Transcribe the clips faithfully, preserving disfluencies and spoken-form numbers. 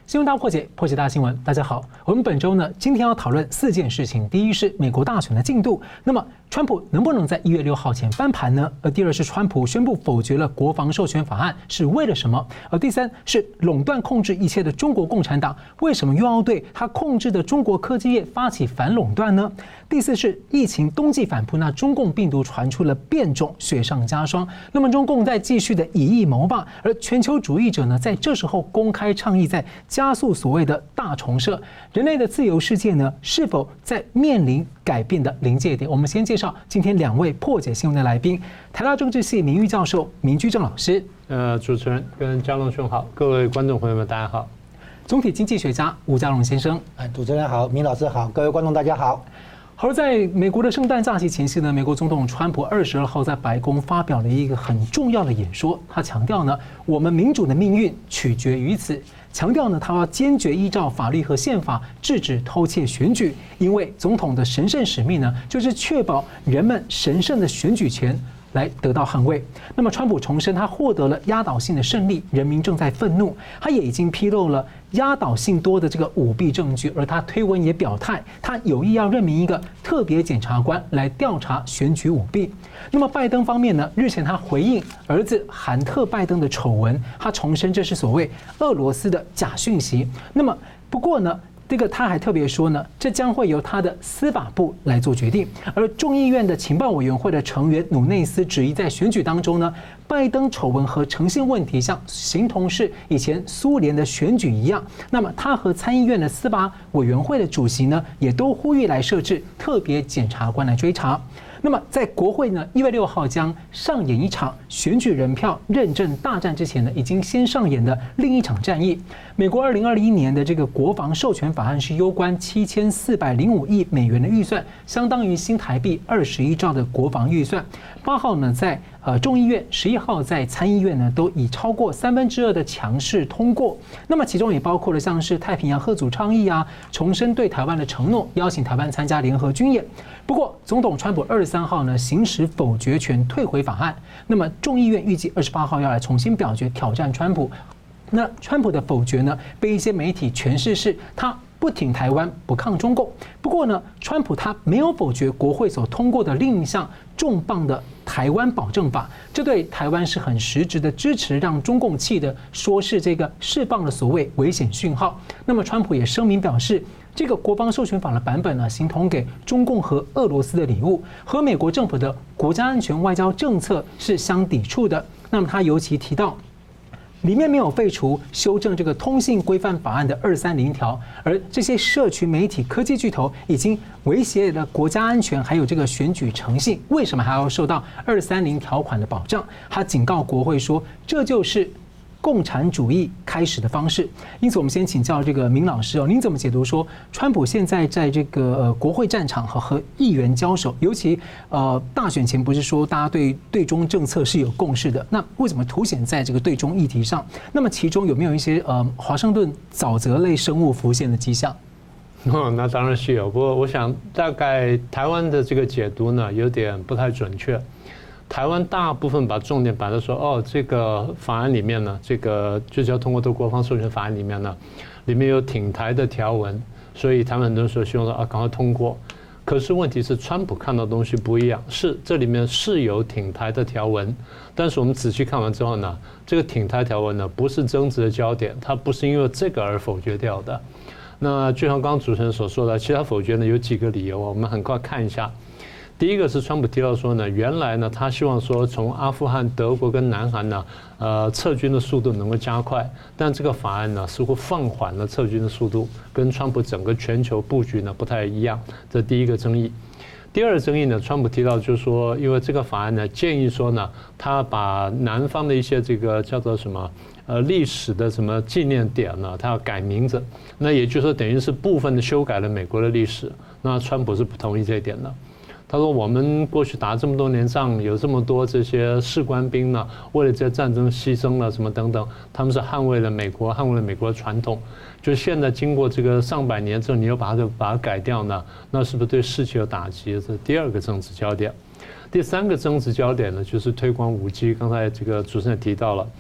新闻大破解，破解大新闻。大家好，我们本周呢，今天要讨论四件事情。第一是美国大选的进度，那么川普能不能在一月六号前翻盘呢？而第二是川普宣布否决了国防授权法案是为了什么？而第三是垄断控制一切的中国共产党为什么又要对他控制的中国科技业发起反垄断呢？第四是疫情冬季反扑，那中共病毒传出了变种，雪上加霜。那么中共在继续的以疫谋霸，而全球主义者呢，在这时候公开倡议在加速所谓的大重设，人类的自由世界呢，是否在面临改变的临界点？我们先介绍今天两位破解新闻的来宾：台大政治系名誉教授明居正老师， 呃，主持人跟嘉龙兄好，各位观众朋友们大家好； 总体经济学家吴家龙先生， 哎，主持人好，明老师好，各位观众大家好。 而在美国的圣诞假期前夕呢，美国总统川普二十二号在白宫发表了一个很重要的演说，他强调呢，我们民主的命运取决于此。强调呢，他要坚决依照法律和宪法制止偷窃选举，因为总统的神圣使命呢，就是确保人们神圣的选举权来得到捍卫。那么，川普重申他获得了压倒性的胜利，人民正在愤怒，他也已经披露了压倒性多的这个舞弊证据，而他推文也表态，他有意要任命一个特别检察官来调查选举舞弊。那么拜登方面呢，日前他回应儿子韩特拜登的丑闻，他重申这是所谓俄罗斯的假讯息。那么不过呢，这个他还特别说呢，这将会由他的司法部来做决定。而众议院的情报委员会的成员努内斯质疑，在选举当中呢，拜登丑闻和诚信问题像形同是以前苏联的选举一样。那么他和参议院的司法委员会的主席呢，也都呼吁来设置特别检察官来追查。那么在国会呢，一月六号将上演一场选举人票认证大战之前呢，已经先上演的另一场战役。美国二零二一年的这个国防授权法案是攸关七千四百零五亿美元的预算，相当于新台币二十一兆的国防预算。八号呢，在呃众议院，十一号在参议院呢，都以超过三分之二的强势通过。那么其中也包括了像是太平洋贺组倡议啊，重申对台湾的承诺，邀请台湾参加联合军演。不过，总统川普二十三号呢行使否决权退回法案。那么众议院预计二十八号要来重新表决挑战川普。那川普的否决呢，被一些媒体诠释是他不挺台湾，不抗中共。不过呢，川普他没有否决国会所通过的另一项重磅的台湾保证法，这对台湾是很实质的支持，让中共气的说是这个释放了所谓危险讯号。那么川普也声明表示，这个国防授权法的版本呢，形同给中共和俄罗斯的礼物，和美国政府的国家安全外交政策是相抵触的。那么他尤其提到，里面没有废除修正这个通信规范法案的二三零条，而这些社群媒体科技巨头已经威胁了国家安全，还有这个选举诚信，为什么还要受到二三零条款的保障？他警告国会说，这就是共产主义开始的方式。因此，我们先请教这个明老师哦，您怎么解读说，川普现在在这个呃国会战场和和议员交手，尤其呃大选前不是说大家对对中政策是有共识的，那为什么凸显在这个对中议题上？那么其中有没有一些呃华盛顿沼泽类生物浮现的迹象？ 哦，那当然是有。不过我想，大概台湾的这个解读呢，有点不太准确。台湾大部分把重点摆在说，哦，这个法案里面呢，这个就是要通过这国防授权法案里面呢，里面有挺台的条文，所以他们很多时候希望说啊，赶快通过。可是问题是，川普看到的东西不一样，是这里面是有挺台的条文，但是我们仔细看完之后呢，这个挺台条文呢，不是争执的焦点，它不是因为这个而否决掉的。那就像刚刚主持人所说的，其实他否决呢有几个理由，我们很快看一下。第一个是川普提到说呢，原来呢他希望说从阿富汗、德国跟南韩呢，呃撤军的速度能够加快，但这个法案呢似乎放缓了撤军的速度，跟川普整个全球布局呢不太一样，这第一个争议。第二个争议呢，川普提到就是说，因为这个法案呢建议说呢，他把南方的一些这个叫做什么呃历史的什么纪念点呢，他要改名字，那也就是说等于是部分的修改了美国的历史，那川普是不同意这一点的。他说：“我们过去打这么多年仗，有这么多这些士官兵呢，为了这些战争牺牲了什么等等，他们是捍卫了美国，捍卫了美国的传统。就是现在经过这个上百年之后，你又把它把它改掉呢，那是不是对士气有打击？这是第二个政治焦点。第三个政治焦点呢，就是推广五 G。刚才这个主持人提到了。”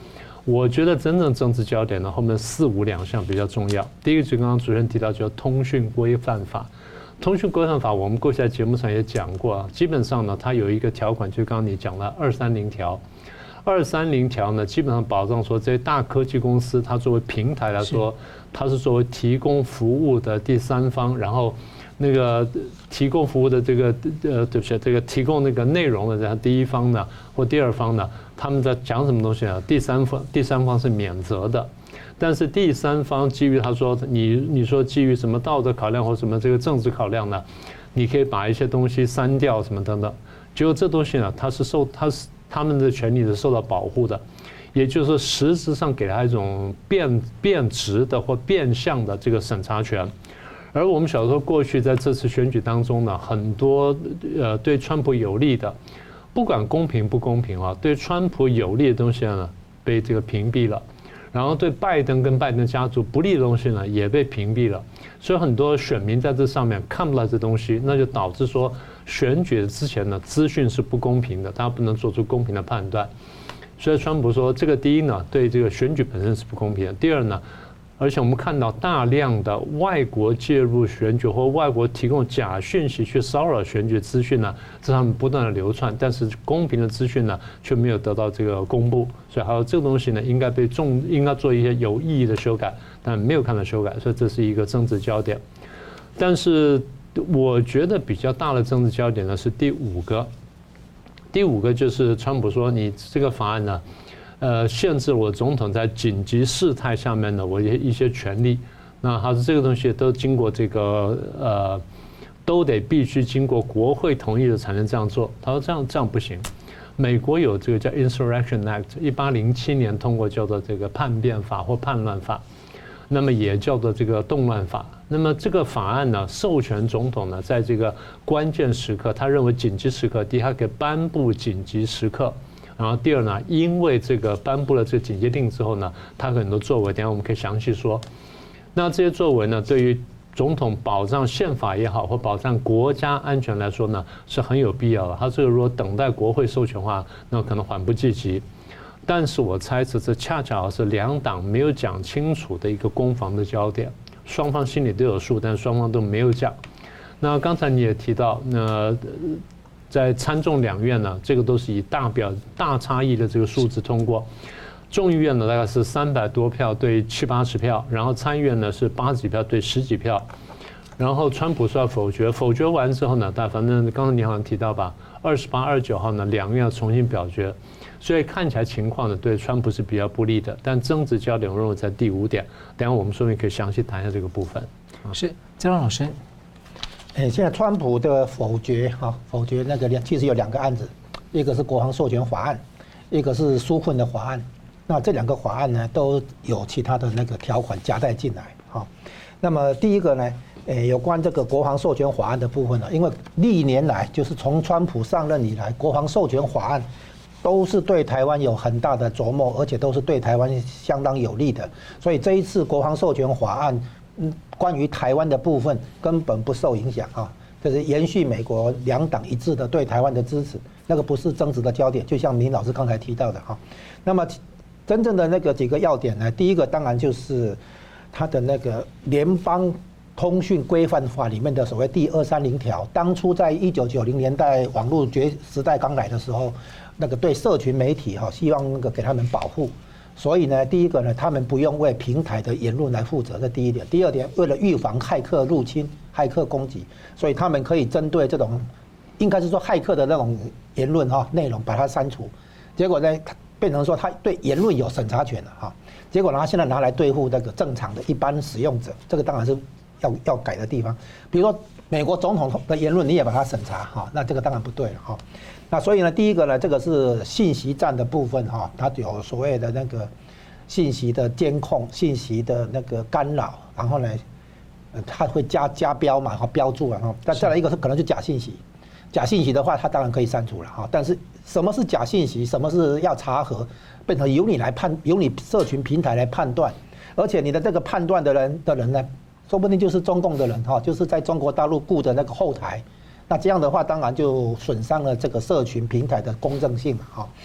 我觉得真正政治焦点呢，后面四五两项比较重要。第一个就刚刚主持人提到，叫通讯规范法。通讯规范法我们过去在节目上也讲过啊，基本上呢，它有一个条款，就刚刚你讲了二三零条。二三零条呢，基本上保障说，这些大科技公司，它作为平台来说，它是作为提供服务的第三方，然后那个提供服务的这个呃，对不起，这个提供那个内容的这样第一方呢或第二方呢，他们在讲什么东西呢？第三方第三方是免责的，但是第三方基于他说你你说基于什么道德考量或什么这个政治考量呢，你可以把一些东西删掉什么等等，结果这东西呢，它是受它是。他们的权利是受到保护的，也就是说，实质上给他一种变变质的或变相的这个审查权。而我们晓得说，过去在这次选举当中呢，很多呃对川普有利的，不管公平不公平啊，对川普有利的东西呢被这个屏蔽了，然后对拜登跟拜登家族不利的东西呢也被屏蔽了。所以很多选民在这上面看不到这东西，那就导致说。选举之前呢，资讯是不公平的，他不能做出公平的判断。所以川普说，这个第一呢，对这个选举本身是不公平的；第二呢，而且我们看到大量的外国介入选举或外国提供假讯息去骚扰选举资讯呢，在上面不断的流窜，但是公平的资讯呢却没有得到这个公布。所以还有这个东西呢，应该被重应该做一些有意义的修改，但没有看到修改，所以这是一个政治焦点。但是。我觉得比较大的政治焦点呢是第五个，第五个就是川普说你这个法案呢，呃，限制我总统在紧急事态下面呢我一些权利，那他说这个东西都经过这个呃，都得必须经过国会同意的才能这样做。他说这样这样不行，美国有这个叫 Insurrection Act， 一八零七年通过叫做这个叛变法或叛乱法。那么也叫做这个动乱法。那么这个法案呢，授权总统呢，在这个关键时刻，他认为紧急时刻，第一，他可以颁布紧急时刻，然后第二呢，因为这个颁布了这个紧急令之后呢，他很多作为，等一下我们可以详细说。那这些作为呢，对于总统保障宪法也好，或保障国家安全来说呢，是很有必要的。他这个如果等待国会授权的话，那可能缓不济急。但是我猜测这恰恰是两党没有讲清楚的一个攻防的焦点，双方心里都有数，但双方都没有讲。那刚才你也提到，那在参众两院呢，这个都是以大表大差异的这个数字通过。众议院呢大概是三百多票对七八十票，然后参议院呢是八十几票对十几票。然后川普说要否决，否决完之后呢，但反正刚才你好像提到吧，二十八、二十九号呢两院要重新表决。所以看起来情况呢，对川普是比较不利的，但政治焦点我认为在第五点，等一下我们说明可以详细谈一下这个部分。 是，江老师， 哎，现在川普的否决哈，否决那个两其实有两个案子，一个是国防授权法案，一个是纾困的法案。那这两个法案呢，都有其他的那个条款夹带进来哈。那么第一个呢，诶，有关这个国防授权法案的部分呢，因为历年来就是从川普上任以来，国防授权法案都是对台湾有很大的琢磨，而且都是对台湾相当有利的。所以这一次国防授权法案，嗯，关于台湾的部分根本不受影响啊，就是延续美国两党一致的对台湾的支持，那个不是争执的焦点。就像明老师刚才提到的哈，那么真正的那个几个要点呢，第一个当然就是它的那个联邦通讯规范法里面的所谓第二三零条，当初在一九九零年代网络绝时代刚来的时候，那个对社群媒体哈，希望那个给他们保护，所以呢，第一个呢，他们不用为平台的言论来负责，这第一点。第二点，为了预防骇客入侵、骇客攻击，所以他们可以针对这种，应该是说骇客的那种言论哈内容把它删除。结果呢，变成说他对言论有审查权了哈。结果呢，他现在拿来对付那个正常的一般使用者，这个当然是要要改的地方。比如说美国总统的言论你也把它审查哈，那这个当然不对了哈。那所以呢，第一个呢，这个是信息战的部分哈，它有所谓的那个信息的监控、信息的那个干扰，然后呢，它会加加标嘛，哈，标注啊哈。但再来一个是可能是假信息，假信息的话，它当然可以删除了哈。但是什么是假信息，什么是要查核，变成由你来判，由你社群平台来判断，而且你的这个判断的人的人呢，说不定就是中共的人哈，就是在中国大陆雇的那个后台。那这样的话，当然就损伤了这个社群平台的公正性哈。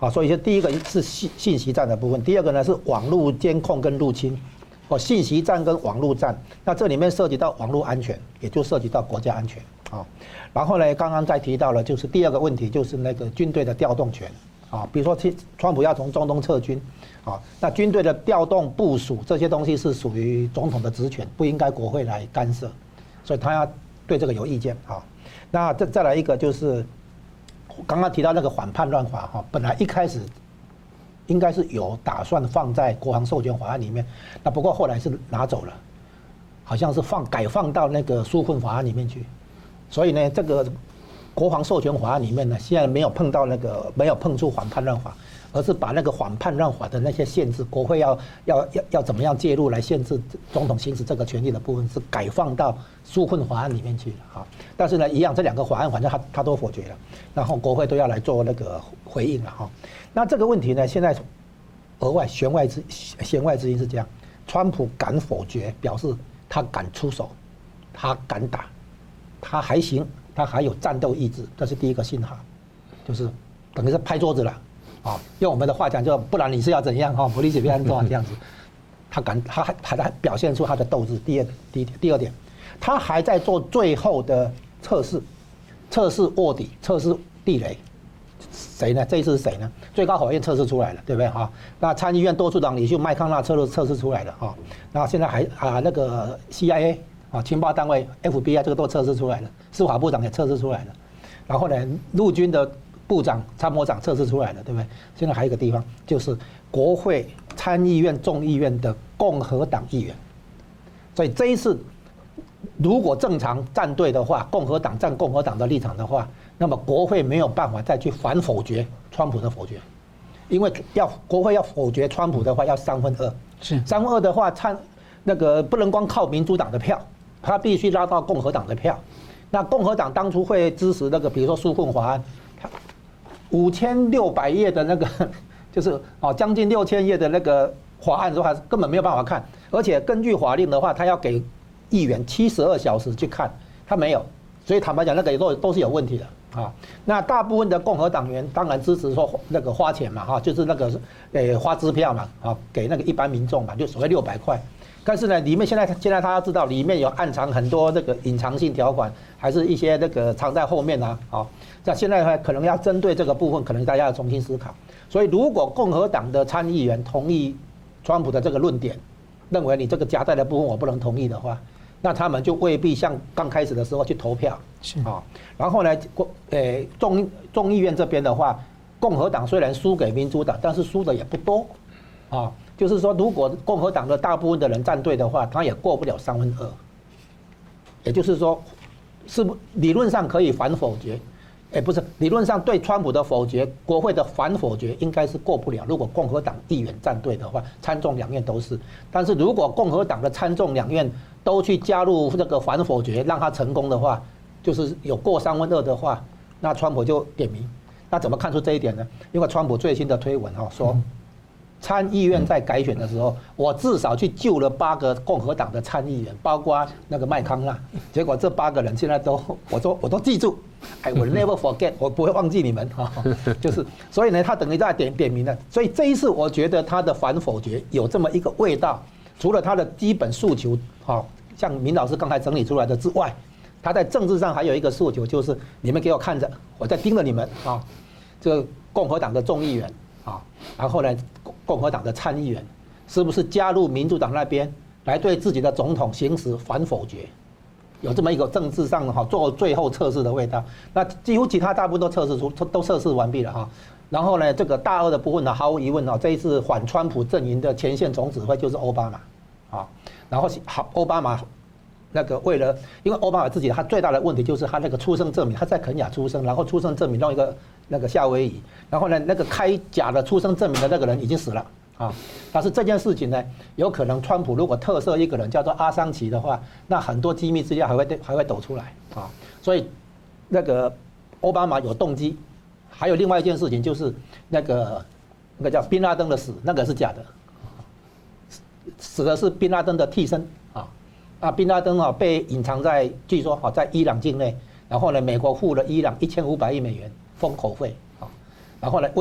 啊，所以说第一个是信信息战的部分，第二个呢是网络监控跟入侵，哦，信息战跟网络战，那这里面涉及到网络安全，也就涉及到国家安全啊。然后呢，刚刚再提到了就是第二个问题，就是那个军队的调动权啊，比如说川普要从中东撤军啊，那军队的调动部署这些东西是属于总统的职权，不应该国会来干涉，所以他要对这个有意见啊。那再再来一个就是刚刚提到那个反叛乱法哈，本来一开始应该是有打算放在国防授权法案里面，那不过后来是拿走了，好像是放改放到那个纾困法案里面去，所以呢，这个国防授权法案里面呢，现在没有碰到那个没有碰触反叛乱法，而是把那个反叛乱法的那些限制，国会要要要要怎么样介入来限制总统行使这个权利的部分，是改放到纾困法案里面去了哈。但是呢，一样这两个法案反正他他都否决了，然后国会都要来做那个回应了哈。那这个问题呢，现在额外弦外之弦外之音是这样，川普敢否决，表示他敢出手，他敢打，他还行，他还有战斗意志，这是第一个信号，就是等于是拍桌子了。啊，用我们的话讲，就不然你是要怎样哈？不理解别人做这样子，他敢，他还还还表现出他的斗志。第二，第一点，第二点，他还在做最后的测试，测试卧底，测试地雷。谁呢？这一次是谁呢？最高法院测试出来了，对不对哈？那参议院多数党领袖麦康纳测试测试出来了哈。那现在还啊那个 C I A 啊情报单位 F B I 这个都测试出来了，司法部长也测试出来了。然后呢，陆军的部长、参谋长测试出来了，对不对？现在还有一个地方，就是国会参议院、众议院的共和党议员。所以这一次，如果正常站队的话，共和党站共和党的立场的话，那么国会没有办法再去反否决川普的否决，因为要国会要否决川普的话，要三分二。 是三分二的话，参那个不能光靠民主党的票，他必须拉到共和党的票。那共和党当初会支持那个，比如说纾困法案。五千六百页的那个，就是哦，将近六千页的那个法案的话，根本没有办法看。而且根据法令的话，他要给议员七十二小时去看，他没有。所以坦白讲，那个都都是有问题的啊。那大部分的共和党员当然支持说那个花钱嘛，哈，就是那个呃花支票嘛，啊，给那个一般民众嘛，就所谓六百块。但是呢，里面现在现在大家知道，里面有暗藏很多这个隐藏性条款，还是一些那个藏在后面啊，啊，那现在可能要针对这个部分，可能大家要重新思考。所以，如果共和党的参议员同意川普的这个论点，认为你这个夹带的部分我不能同意的话，那他们就未必像刚开始的时候去投票， 是啊。然后呢，国呃众众议院这边的话，共和党虽然输给民主党，但是输的也不多，啊。就是说，如果共和党的大部分的人站队的话，他也过不了三分二。也就是说，是不理论上可以反否决，哎，不是理论上对川普的否决，国会的反否决应该是过不了。如果共和党议员站队的话，参众两院都是。但是如果共和党的参众两院都去加入这个反否决，让他成功的话，就是有过三分二的话，那川普就点名。那怎么看出这一点呢？因为川普最新的推文哈说。参议院在改选的时候，我至少去救了八个共和党的参议员，包括那个麦康纳。结果这八个人现在都，我说我都记住，哎，我 never forget， 我不会忘记你们哈。就是，所以呢，他等于在点点名了。所以这一次，我觉得他的反否决有这么一个味道。除了他的基本诉求，哈，像明老师刚才整理出来的之外，他在政治上还有一个诉求，就是你们给我看着，我在盯着你们啊。这个共和党的众议员啊，然后呢？共和党的参议员是不是加入民主党那边来对自己的总统行使反否决？有这么一个政治上哈做最后测试的味道。那几乎其他大部分都测试出都测试完毕了哈。然后呢，这个大二的部分呢，毫无疑问啊，这一次反川普阵营的前线总指挥就是奥巴马啊。然后好，奥巴马那个为了，因为奥巴马自己他最大的问题就是他那个出生证明，他在肯亚出生，然后出生证明弄一个那个夏威夷，然后呢那个开假的出生证明的那个人已经死了啊。但是这件事情呢，有可能川普如果特赦一个人叫做阿桑奇的话，那很多机密资料还会还会抖出来啊。所以那个奥巴马有动机。还有另外一件事情就是那个那个叫宾拉登的死，那个是假的，死的是宾拉登的替身啊。啊，宾拉登啊被隐藏在据说啊在伊朗境内，然后呢，美国付了伊朗一千五百亿美元封口费啊，然后呢，为了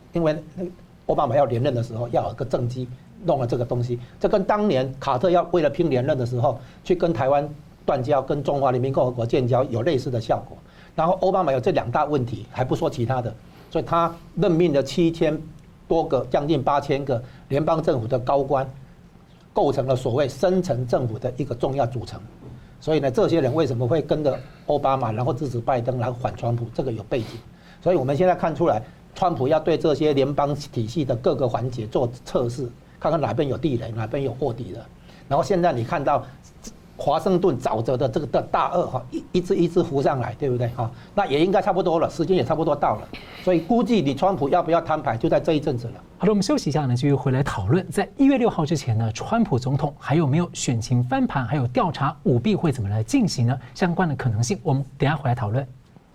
因为奥巴马要连任的时候要有个政绩，弄了这个东西，这跟当年卡特要为了拼连任的时候去跟台湾断交，跟中华人民共和国建交有类似的效果。然后奥巴马有这两大问题，还不说其他的，所以他任命了七千多个，将近八千个联邦政府的高官，构成了所谓深层政府的一个重要组成。所以呢，这些人为什么会跟着奥巴马，然后支持拜登，然后反川普，这个有背景。所以我们现在看出来，川普要对这些联邦体系的各个环节做测试，看看哪边有地雷，哪边有卧底的。然后现在你看到华盛顿沼泽的这个的大鳄哈，一一只一只浮上来，对不对哈？那也应该差不多了，时间也差不多到了，所以估计你川普要不要摊牌，就在这一阵子了。 好了，我们休息一下呢，继续回来讨论，在一月六号之前呢，川普总统还有没有选情翻盘，还有调查舞弊会怎么来进行呢？相关的可能性，我们等一下回来讨论。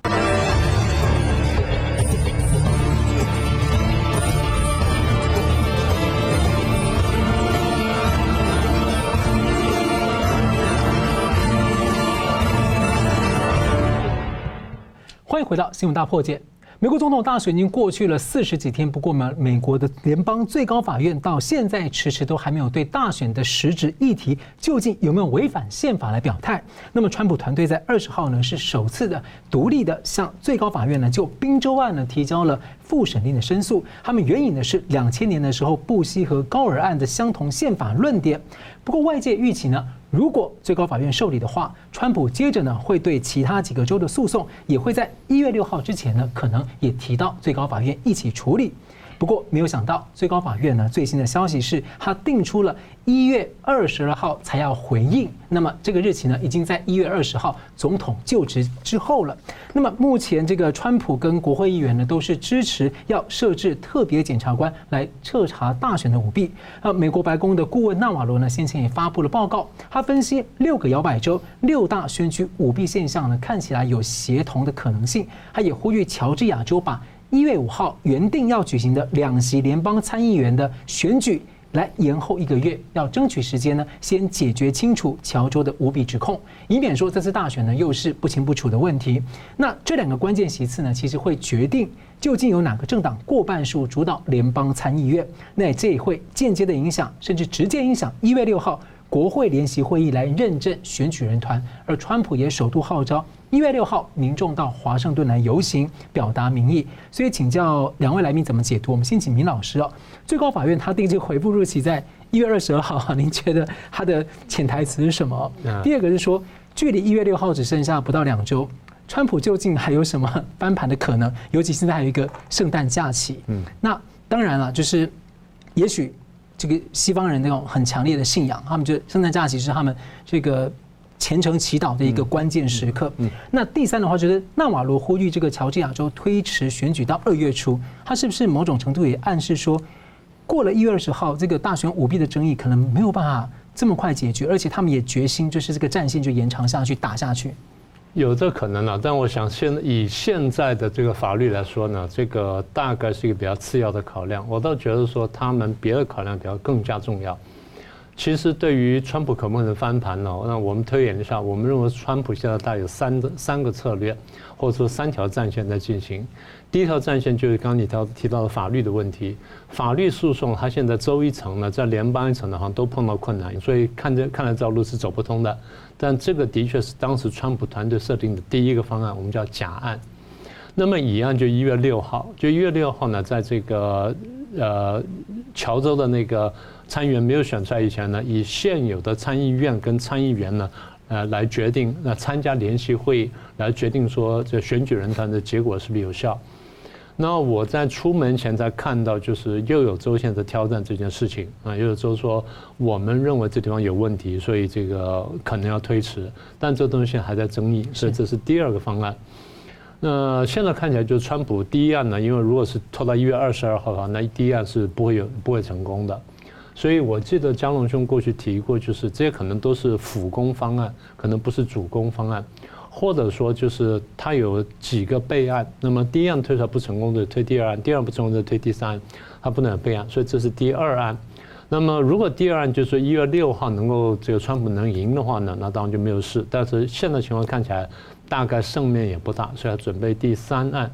欢迎回到新闻大破解。美国总统大选已经过去了四十几天，不过呢，美国的联邦最高法院到现在迟迟都还没有对大选的实质议题究竟有没有违反宪法来表态。那么，川普团队在二十号呢是首次的独立的向最高法院呢就宾州案呢提交了复审令的申诉。他们援引的是两千年的时候布希和高尔案的相同宪法论点。不过，外界预期呢，如果最高法院受理的话，川普接着呢会对其他几个州的诉讼，也会在一月六号之前呢，可能也提到最高法院一起处理。不过没有想到，最高法院呢最新的消息是，他定出了一月二十二号才要回应。那么这个日期呢，已经在一月二十号总统就职之后了。那么目前这个川普跟国会议员呢，都是支持要设置特别检察官来彻查大选的舞弊。呃，美国白宫的顾问纳瓦罗呢，先前也发布了报告，他分析六个摇摆州六大选举舞弊现象呢，看起来有协同的可能性。他也呼吁乔治亚州把一月五号原定要举行的两席联邦参议员的选举来延后一个月，要争取时间呢，先解决清楚乔州的舞弊指控，以免说这次大选呢又是不清不楚的问题。那这两个关键席次呢，其实会决定究竟有哪个政党过半数主导联邦参议院，那这也会间接的影响，甚至直接影响一月六号国会联席会议来认证选举人团。而川普也首度号召一月六号民众到华盛顿来游行，表达民意。所以请教两位来宾怎么解读？我们先请明老师哦。最高法院他定这个回复日期在一月二十二号，您觉得他的潜台词是什么？第二个是说，距离一月六号只剩下不到两周，川普究竟还有什么翻盘的可能？尤其现在还有一个圣诞假期。嗯，那当然了，就是也许这个西方人那种很强烈的信仰，他们觉得圣诞假期是他们这个虔诚祈祷的一个关键时刻。那第三的话，就是纳瓦罗呼吁这个乔治亚州推迟选举到二月初，他是不是某种程度也暗示说，过了一月二十号，这个大选舞弊的争议可能没有办法这么快解决，而且他们也决心就是这个战线就延长下去，打下去。 有这可能啊，但我想现以现在的这个法律来说呢，这个大概是一个比较次要的考量。我倒觉得说他们别的考量比较更加重要。其实对于川普可不可能翻盘呢？那我们推演一下，我们认为川普现在大概有三个三个策略，或者说三条战线在进行。第一条战线就是刚刚你提提到的法律的问题，法律诉讼它现在州一层呢，在联邦一层的话都碰到困难，所以看着看来这条路是走不通的。但这个的确是当时川普团队设定的第一个方案，我们叫假案。那么乙案就一月六号，就一月六号呢，在这个呃乔州的那个参议员没有选出来以前呢，以现有的参议院跟参议员呢，呃来决定，那参加联席会议来决定说这选举人团的结果是不是有效。那我在出门前才看到，就是又有州现在挑战这件事情啊，又有州说我们认为这地方有问题，所以这个可能要推迟，但这东西还在争议，所以这是第二个方案。那现在看起来，就是川普第一案呢，因为如果是拖到一月二十二号的话，那第一案是不会有不会成功的。所以我记得江龙兄过去提过，就是这些可能都是辅攻方案，可能不是主攻方案。或者说就是他有几个备案，那么第一案推出来不成功的推第二案，第二案不成功的推第三案，他不能有备案，所以这是第二案。那么如果第二案就是一月六号能够这个川普能赢的话呢，那当然就没有事。但是现在情况看起来大概胜面也不大，所以要准备第三案。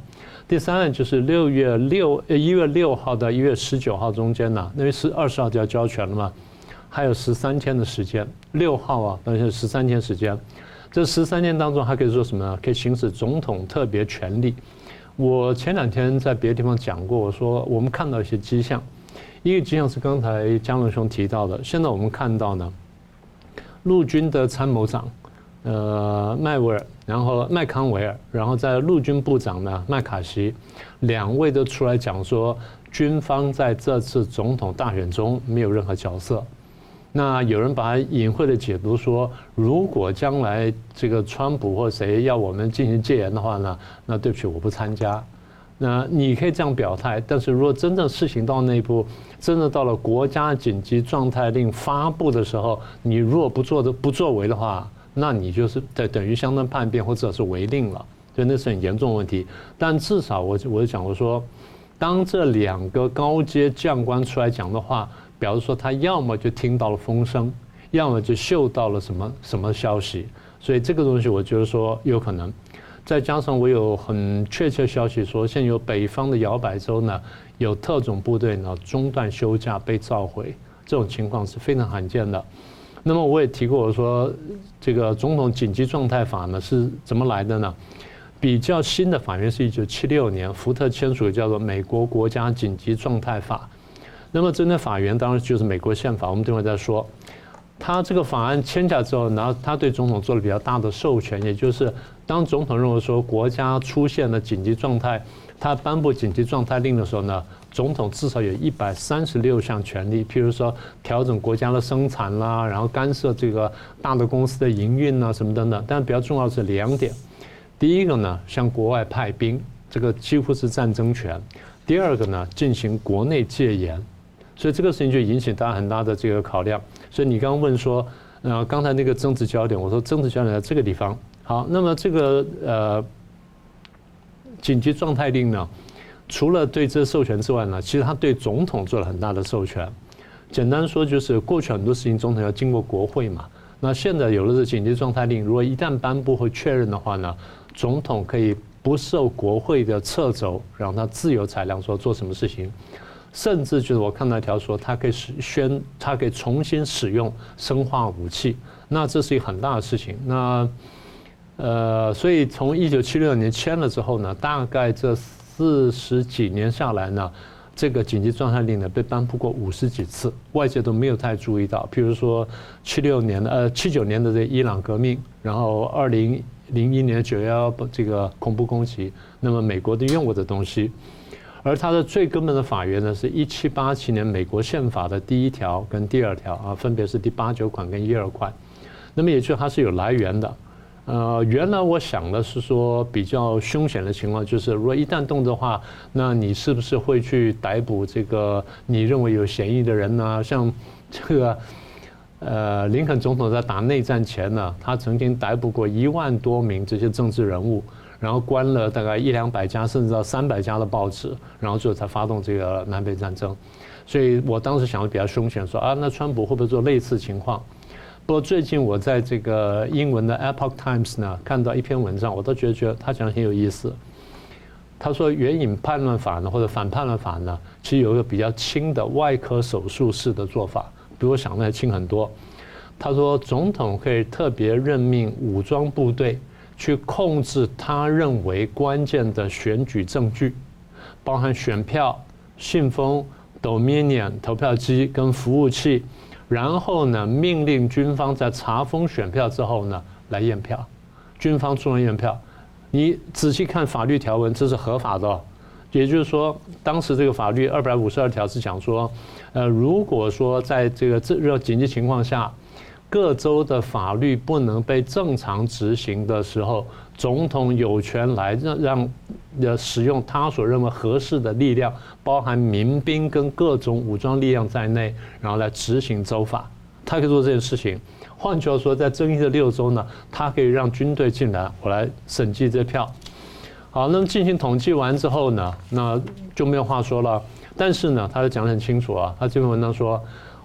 第三呢，就是六月六呃一月六号到一月十九号中间呢，因为是二十号就要交权了嘛，还有十三天的时间。六号啊，等于十三天时间。这十三天当中，还可以做什么呢？可以行使总统特别权力。我前两天在别的地方讲过，我说我们看到一些迹象，一个迹象是刚才江龙兄提到的，现在我们看到呢，陆军的参谋长。呃，麦维尔，然后麦康维尔，然后在陆军部长呢麦卡锡，两位都出来讲说，军方在这次总统大选中没有任何角色。那有人把它隐晦的解读说，如果将来这个川普或谁要我们进行戒严的话呢，那对不起，我不参加。那你可以这样表态，但是如果真正事情到那一步，真的到了国家紧急状态令发布的时候，你如果不做的不作为的话，那你就是等等于相当叛变或者是违令了，所以那是很严重的问题。但至少我我就讲过说，当这两个高阶将官出来讲的话，表示说他要么就听到了风声，要么就嗅到了什么什么消息。所以这个东西我觉得说有可能。再加上我有很确切消息说，现在有北方的摇摆州呢，有特种部队呢中断休假被召回，这种情况是非常罕见的。那么我也提过，我说这个总统紧急状态法呢是怎么来的呢？比较新的法源是一九七六年福特签署的，叫做《美国国家紧急状态法》。那么真的法源当然就是美国宪法，我们等会再说。他这个法案签下之后，然后他对总统做了比较大的授权，也就是当总统认为说国家出现了紧急状态，他颁布紧急状态令的时候呢，总统至少有一百三十六项权利，譬如说调整国家的生产啦，然后干涉这个大的公司的营运啊什么等等。但比较重要的是两点，第一个呢，向国外派兵，这个几乎是战争权；第二个呢，进行国内戒严。所以这个事情就引起大家很大的这个考量。所以你刚刚问说，呃，刚才那个政治焦点，我说政治焦点在这个地方。好，那么这个呃紧急状态令呢，除了对这授权之外呢，其实他对总统做了很大的授权。简单说就是，过去很多事情总统要经过国会嘛，那现在有了这紧急状态令，如果一旦颁布或确认的话呢，总统可以不受国会的掣肘，让他自由裁量说做什么事情。甚至就是我看到一条说，他可以使宣，他可以重新使用生化武器，那这是一个很大的事情。那呃，所以从一九七六年签了之后呢，大概这四十几年下来呢，这个紧急状态令呢被颁布过五十几次，外界都没有太注意到。譬如说七六年的呃七九年的这伊朗革命，然后二零零一年九幺幺这个恐怖攻击，那么美国都用过的东西。而它的最根本的法源呢，是一七八七年美国宪法的第一条跟第二条啊，分别是第八九款跟一二款。那么也就是它是有来源的。呃，原来我想的是说比较凶险的情况，就是如果一旦动的话，那你是不是会去逮捕这个你认为有嫌疑的人呢？像这个呃，林肯总统在打内战前呢，他曾经逮捕过一万多名这些政治人物。然后关了大概一两百家，甚至到三百家的报纸，然后最后才发动这个南北战争。所以我当时想的比较凶险，说啊，那川普会不会做类似情况？不过最近我在这个英文的 Epoch Times 呢看到一篇文章，我都觉得觉得他讲的很有意思。他说援引叛乱法呢，或者反叛乱法呢，其实有一个比较轻的外科手术式的做法，比我想的还轻很多。他说总统可以特别任命武装部队。去控制他认为关键的选举证据，包含选票、信封、Dominion 投票机跟服务器，然后呢，命令军方在查封选票之后呢，来验票。军方出来验票，你仔细看法律条文，这是合法的哦。也就是说，当时这个法律二百五十二条是讲说，呃，如果说在这个这紧急情况下，各州的法律不能被正常执行的时候，总统有权来让让呃使用他所认为合适的力量，包含民兵跟各种武装力量在内，然后来执行州法。他可以做这件事情。换句话说，在争议的六州呢，他可以让军队进来，我来审计这票。好，那么进行统计完之后呢，那就没有话说了。但是呢，他就讲得很清楚啊，他这篇文章说，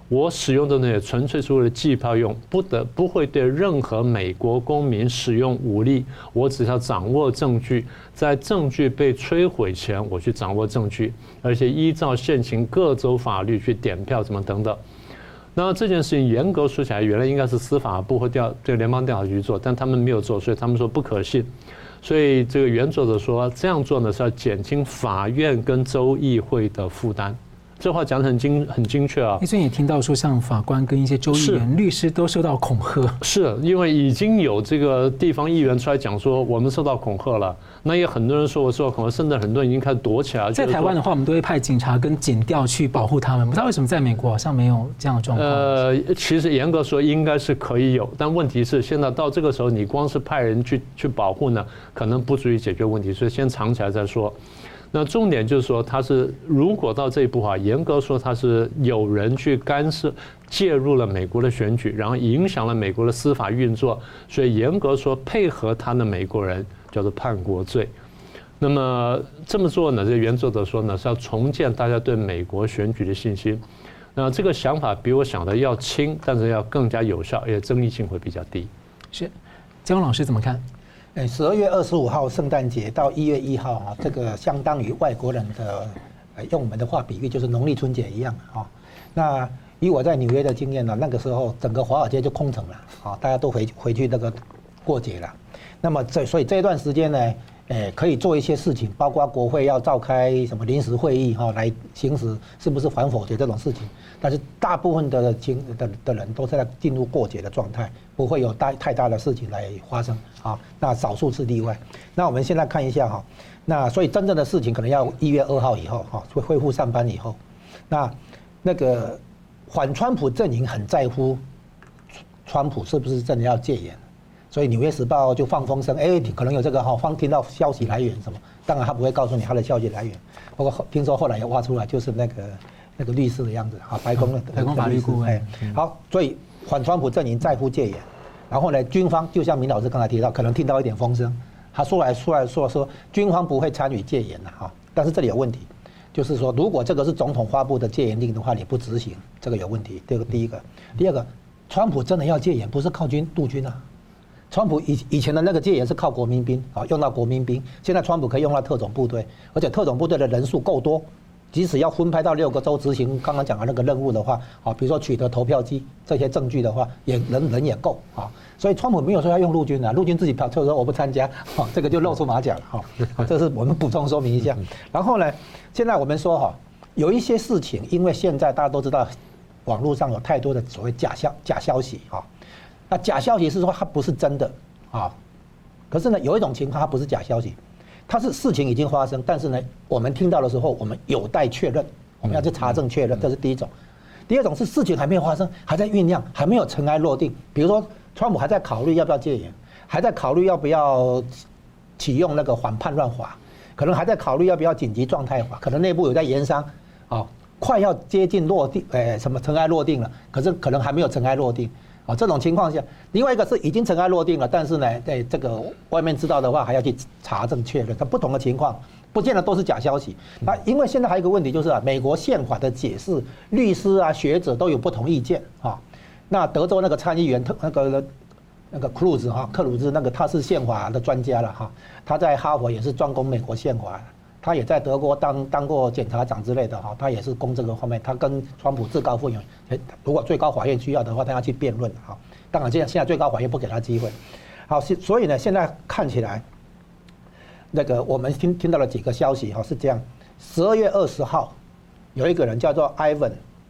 我使用的东西纯粹是为了计票用，不得不会对任何美国公民使用武力。我只要掌握证据，在证据被摧毁前，我去掌握证据，而且依照现行各州法律去点票，怎么等等。那这件事情严格说起来，原来应该是司法部或调这个联邦调查局做，但他们没有做，所以他们说不可信。所以这个原作者说，这样做呢是要减轻法院跟州议会的负担。这话讲得很精很精确啊！ 最近也听到说，像法官跟一些州议员、律师都受到恐吓， 是因为已经有这个地方议员出来讲说，我们受到恐吓了。那也很多人说我受到恐吓，甚至很多人已经开始躲起来。 在台湾的话，我们都会派警察跟检调去保护他们。不知道为什么在美国好像没有这样的状况。 呃，其实严格说应该是可以有，但问题是现在到这个时候，你光是派人去去保护呢，可能不足以解决问题，所以先藏起来再说。那重点就是说，他是如果到这一步啊，严格说他是有人去干涉、介入了美国的选举，然后影响了美国的司法运作，所以严格说配合他的美国人叫做叛国罪。那么这么做呢，这原作者说呢是要重建大家对美国选举的信心。那这个想法比我想的要轻，但是要更加有效，而且争议性会比较低。 是，江老师怎么看？ 哎，十二月二十五号圣诞节到一月一号啊，这个相当于外国人的，用我们的话比喻就是农历春节一样啊。那以我在纽约的经验呢，那个时候整个华尔街就空城了啊，大家都回回去那个过节了。那么这所以这一段时间呢，哎，可以做一些事情，包括国会要召开什么临时会议哈，来行使是不是反否决这种事情。但是大部分的情的的人都是在进入过节的状态，不会有大太大的事情来发生啊。那少数是例外。那我们现在看一下哈，那所以真正的事情可能要一月二号以后哈，会恢复上班以后。那那个反川普阵营很在乎川普是不是真的要戒严，所以《纽约时报》就放风声，哎，可能有这个哈，方听到消息来源什么，当然他不会告诉你他的消息来源。不过听说后来也挖出来，就是那个。那个律师的样子啊，白宫的白宫法律顾问。哎， 好，所以反川普阵营在乎戒严，然后呢，军方就像明老师刚才提到，可能听到一点风声，他说来出来说说军方不会参与戒严的哈，但是这里有问题，就是说如果这个是总统发布的戒严令的话，你不执行，这个有问题。这个第一个，第二个，川普真的要戒严，不是靠军陆军啊，川普以以前的那个戒严是靠国民兵啊，用到国民兵，现在川普可以用到特种部队，而且特种部队的人数够多。即使要分派到六个州执行刚刚讲的那个任务的话，啊，比如说取得投票机这些证据的话，也人人也够啊，所以川普没有说要用陆军啊，陆军自己票就说我不参加，啊，这个就露出马脚了哈，这是我们补充说明一下。然后呢，现在我们说哈，有一些事情，因为现在大家都知道，网络上有太多的所谓假消假消息啊，那假消息是说它不是真的啊，可是呢，有一种情况它不是假消息。它是事情已经发生，但是呢，我们听到的时候，我们有待确认，我们要去查证确认，这是第一种。第二种是事情还没有发生，还在酝酿，还没有尘埃落定。比如说，川普还在考虑要不要戒严，还在考虑要不要启用那个反叛乱法，可能还在考虑要不要紧急状态法，可能内部有在研商，啊，快要接近落地，呃，什么尘埃落定了，可是可能还没有尘埃落定。啊，这种情况下，另外一个是已经尘埃落定了，但是呢，在这个外面知道的话，还要去查证确认。它不同的情况，不见得都是假消息。那因为现在还有一个问题就是啊，美国宪法的解释，律师啊、学者都有不同意见啊。那德州那个参议员特那个那个克鲁兹哈，克鲁兹那个他是宪法的专家了哈，他在哈佛也是专攻美国宪法。他也在德国当当过检察长之类的哈，他也是攻这个方面。他跟川普自告奋勇，如果最高法院需要的话，他要去辩论哈。当然，现在现在最高法院不给他机会。好，所以呢，现在看起来，那个我们听听到了几个消息哈，是这样：十二月二十号，有一个人叫做 Ivan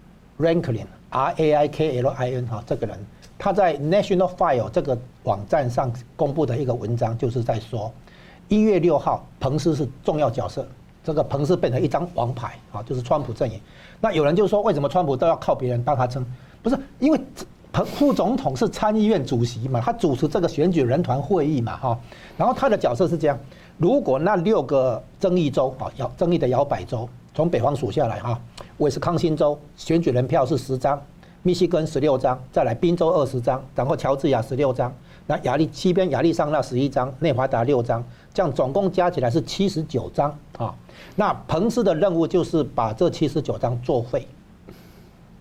Ranklin，R A I K L I N 哈，这个人他在 National File 这个网站上公布的一个文章，就是在说。一月六号，彭斯是重要角色，这个彭斯变成一张王牌啊，就是川普阵营。那有人就说，为什么川普都要靠别人帮他撑？不是因为彭副总统是参议院主席嘛，他主持这个选举人团会议嘛，哈。然后他的角色是这样：如果那六个争议州啊，摇争议的摇摆州，从北方数下来哈，威斯康星州选举人票是十张，密西根十六张，再来宾州二十张，然后乔治亚十六张。那亚利西边亚利桑那十一张，内华达六张，这样总共加起来是七十九张。啊，那彭斯的任务就是把这七十九张作废，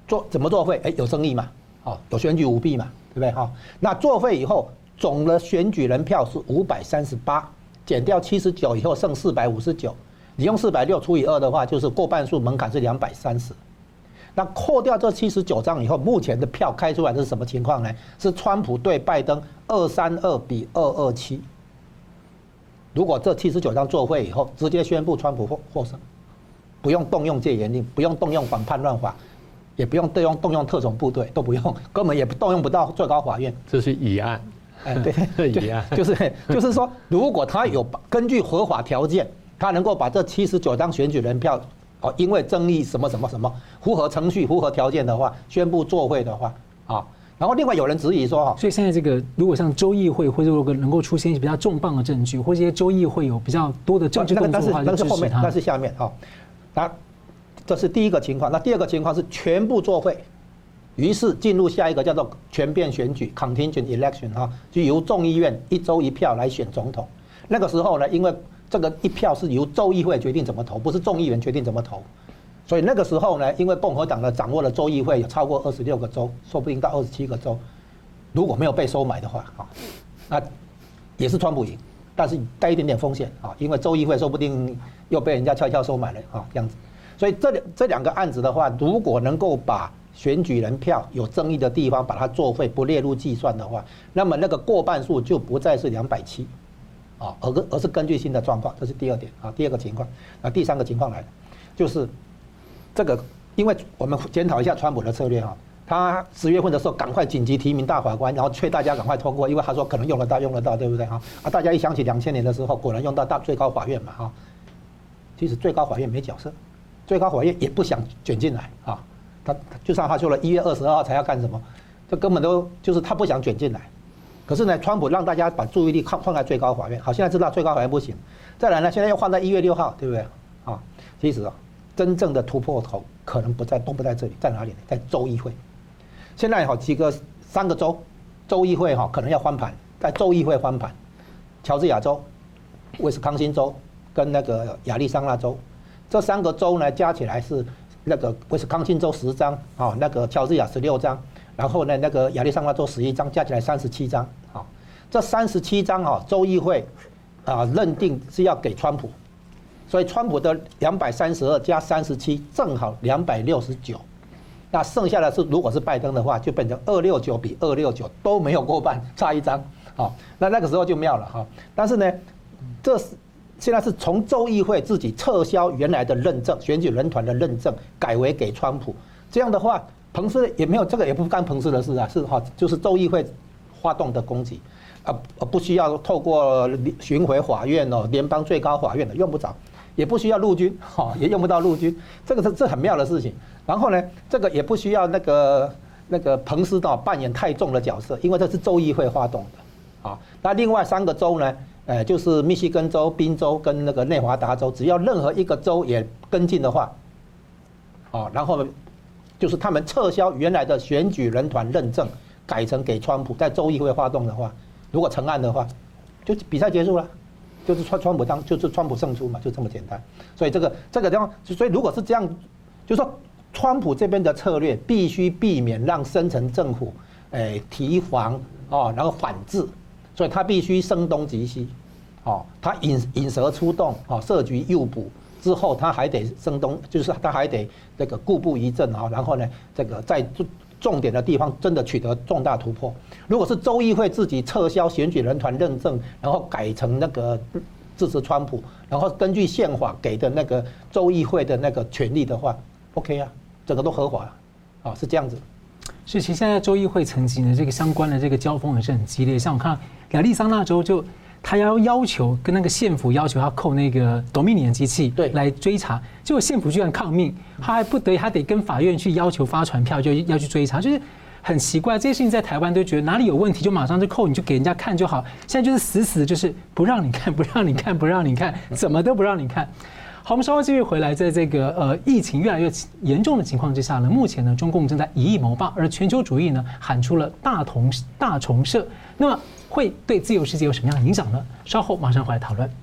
作怎么作废？哎，有争议嘛？哦，有选举舞弊嘛？对不对？哈，那作废以后，总的选举人票是五百三十八，减掉七十九以后剩四百五十九，你用四百六除以二的话，就是过半数门槛是两百三十。那扣掉这七十九张以后，目前的票开出来的是什么情况呢？是川普对拜登二三二比二二七。如果这七十九张作废以后，直接宣布川普获获胜，不用动用戒严令，不用动用反叛乱法，也不用动用动用特种部队，都不用，根本也动用不到最高法院。 这是议案。 哎，对， 议案就是就是说，如果他有根据合法条件，他能够把这七十九张选举人票，哦，因为争议什么什么什么符合程序、符合条件的话，宣布作废的话，啊。然后另外有人质疑说哈， 所以现在这个如果像州议会或者如果能够出现一些比较重磅的证据，或者一些州议会有比较多的政治动作的话， 那是后面，那是下面哈。那这是第一个情况。那第二个情况是全部作废，于是进入下一个叫做全变选举 （contingent election） 哈，就由众议院一州一票来选总统。那个时候呢，因为这个一票是由州议会决定怎么投，不是众议员决定怎么投。所以那个时候呢，因为共和党呢掌握了州议会，有超过二十六个州，说不定到二十七个州，如果没有被收买的话，啊，那也是川普赢，但是带一点点风险啊，因为州议会说不定又被人家悄悄收买了啊，这样子。所以这两这两个案子的话，如果能够把选举人票有争议的地方把它作废，不列入计算的话，那么那个过半数就不再是两百七，啊，而而是根据新的状况，这是第二点啊，第二个情况。那第三个情况来了，就是。这个，因为我们检讨一下川普的策略哈，他十月份的时候赶快紧急提名大法官，然后催大家赶快通过，因为他说可能用得到，用得到，对不对哈？啊，大家一想起两千年的时候，果然用到大最高法院嘛哈。其实最高法院没角色，最高法院也不想卷进来啊。他就像他说了，一月二十二号才要干什么，这根本都就是他不想卷进来。可是呢，川普让大家把注意力放放在最高法院，好，现在知道最高法院不行，再来呢，现在又放在一月六号，对不对？啊，其实啊。真正的突破口可能不在，都不在这里，在哪里呢？在州议会。现在哈几个三个州，州议会哈可能要翻盘，在州议会翻盘。乔治亚州、威斯康星州跟那个亚利桑那州，这三个州呢加起来是那个威斯康星州十张啊，那个乔治亚十六张，然后呢那个亚利桑那州十一张，加起来三十七张啊。这三十七张哈州议会啊认定是要给川普。所以川普的两百三十二加三十七正好两百六十九，那剩下的是如果是拜登的话，就变成二六九比二六九都没有过半，差一张，好，那那个时候就妙了哈。但是呢，这是现在是从州议会自己撤销原来的认证，选举人团的认证，改为给川普。这样的话，彭斯也没有这个也不干彭斯的事啊，是哈，就是州议会发动的攻击。啊，不需要透过巡回法院哦，联邦最高法院的用不着，也不需要陆军，哈，也用不到陆军，这个是这很妙的事情。然后呢，这个也不需要那个那个彭斯的扮演太重的角色，因为这是州议会发动的，啊，那另外三个州呢，呃，就是密西根州、宾州跟那个内华达州，只要任何一个州也跟进的话，啊，然后就是他们撤销原来的选举人团认证，改成给川普在州议会发动的话。如果成案的话，就比赛结束了，就是川川普当就是川普胜出嘛，就这么简单。所以这个这个地方，所以如果是这样，就是说川普这边的策略必须避免让深层政府诶提防哦，然后反制，所以他必须声东击西，哦，他引引蛇出洞，哦，设局诱捕之后，他还得声东，就是他还得这个固步一阵啊，然后呢，这个在重点的地方真的取得重大突破。如果是州议会自己撤销选举人团认证，然后改成那个支持川普，然后根据宪法给的那个州议会的那个权利的话 ，OK 啊，整个都合法啊，是这样子。 是，其实现在州议会层级呢，这个相关的这个交锋也是很激烈。像我看亚利桑那州就。他要要求跟那个县府要求他扣那个 Dominion 机器来追查，结果县府居然抗命，他还不得他得跟法院去要求发传票，就要去追查，就是很奇怪。这些事情在台湾都觉得哪里有问题就马上就扣，你就给人家看就好。现在就是死死就是不让你看，不让你看，不让你看，怎么都不让你看。好，我们稍后继续回来，在这个呃疫情越来越严重的情况之下呢，目前呢中共正在以疫谋霸，而全球主义呢喊出了大同大重设，那么会对自由世界有什么样的影响呢？稍后马上回来讨论。